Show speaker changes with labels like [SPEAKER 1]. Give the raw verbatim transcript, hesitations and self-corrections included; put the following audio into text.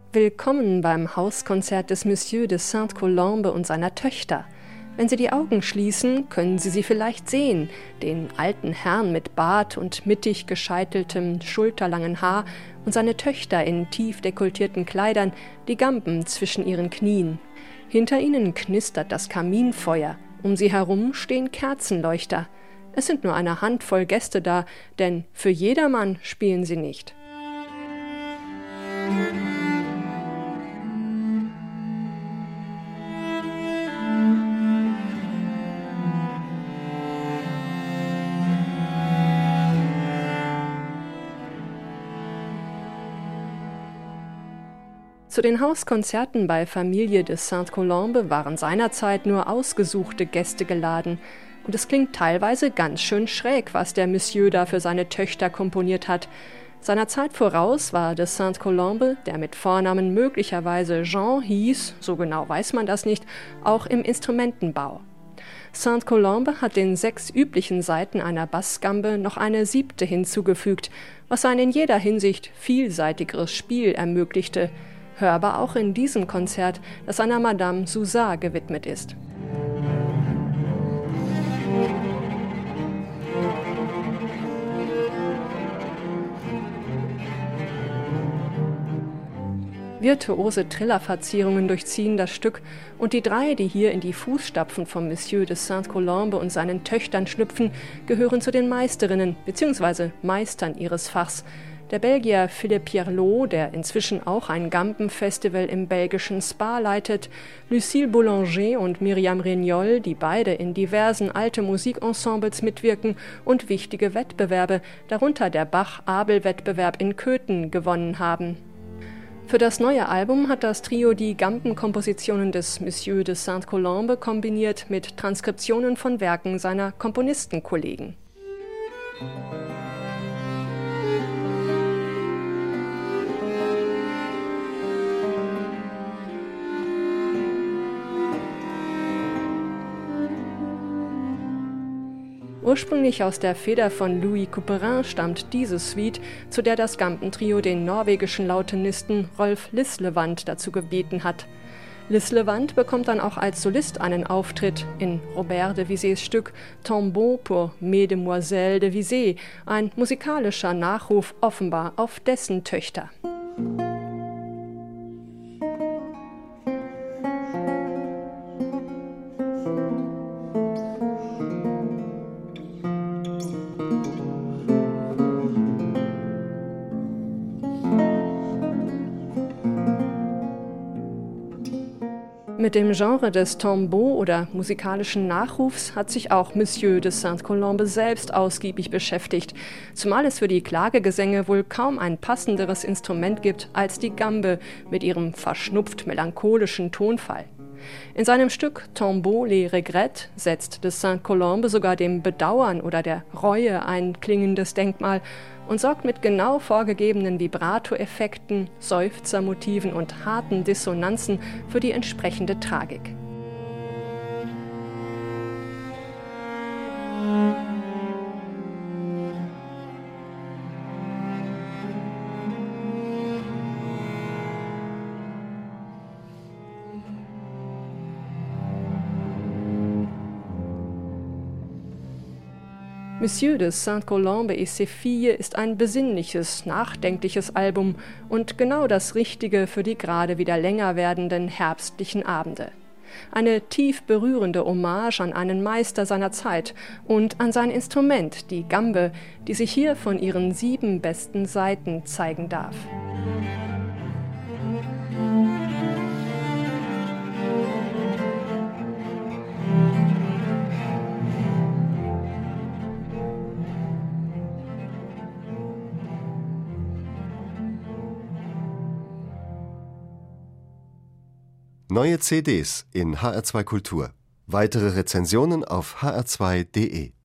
[SPEAKER 1] Willkommen beim Hauskonzert des Monsieur de Sainte-Colombe und seiner Töchter. Wenn Sie die Augen schließen, können Sie sie vielleicht sehen, den alten Herrn mit Bart und mittig gescheiteltem, schulterlangen Haar und seine Töchter in tief dekolletierten Kleidern, die Gamben zwischen ihren Knien. Hinter ihnen knistert das Kaminfeuer, um sie herum stehen Kerzenleuchter. Es sind nur eine Handvoll Gäste da, denn für jedermann spielen sie nicht. Zu den Hauskonzerten bei Familie de Sainte-Colombe waren seinerzeit nur ausgesuchte Gäste geladen. Und es klingt teilweise ganz schön schräg, was der Monsieur da für seine Töchter komponiert hat. Seiner Zeit voraus war de Sainte-Colombe, der mit Vornamen möglicherweise Jean hieß, so genau weiß man das nicht, auch im Instrumentenbau. Sainte-Colombe hat den sechs üblichen Saiten einer Bassgambe noch eine siebte hinzugefügt, was ein in jeder Hinsicht vielseitigeres Spiel ermöglichte. Hörbar auch in diesem Konzert, das einer Madame Sousat gewidmet ist. Virtuose Trillerverzierungen durchziehen das Stück und die drei, die hier in die Fußstapfen von Monsieur de Sainte-Colombe und seinen Töchtern schlüpfen, gehören zu den Meisterinnen bzw. Meistern ihres Fachs. Der Belgier Philippe Pierlot, der inzwischen auch ein Gambenfestival im belgischen Spa leitet, Lucille Boulanger und Myriam Regnol, die beide in diversen alte Musikensembles mitwirken und wichtige Wettbewerbe, darunter der Bach-Abel-Wettbewerb in Köthen, gewonnen haben. Für das neue Album hat das Trio die Gambenkompositionen des Monsieur de Sainte-Colombe kombiniert mit Transkriptionen von Werken seiner Komponistenkollegen. Ursprünglich aus der Feder von Louis Couperin stammt diese Suite, zu der das Gambentrio den norwegischen Lautenisten Rolf Lislevand dazu gebeten hat. Lislevand bekommt dann auch als Solist einen Auftritt in Robert de Visés Stück Tombeau pour Mesdemoiselles de Visé, ein musikalischer Nachruf offenbar auf dessen Töchter. Mit dem Genre des Tombeau oder musikalischen Nachrufs hat sich auch Monsieur de Sainte-Colombe selbst ausgiebig beschäftigt, zumal es für die Klagegesänge wohl kaum ein passenderes Instrument gibt als die Gambe mit ihrem verschnupft-melancholischen Tonfall. In seinem Stück Tombeau les Regrets setzt de Sainte-Colombe sogar dem Bedauern oder der Reue ein klingendes Denkmal und sorgt mit genau vorgegebenen Vibrato-Effekten, Seufzermotiven und harten Dissonanzen für die entsprechende Tragik. Monsieur de Sainte-Colombe et ses filles ist ein besinnliches, nachdenkliches Album und genau das Richtige für die gerade wieder länger werdenden herbstlichen Abende. Eine tief berührende Hommage an einen Meister seiner Zeit und an sein Instrument, die Gambe, die sich hier von ihren sieben besten Seiten zeigen darf.
[SPEAKER 2] Neue C Ds in H R zwei Kultur. Weitere Rezensionen auf h r zwei punkt de.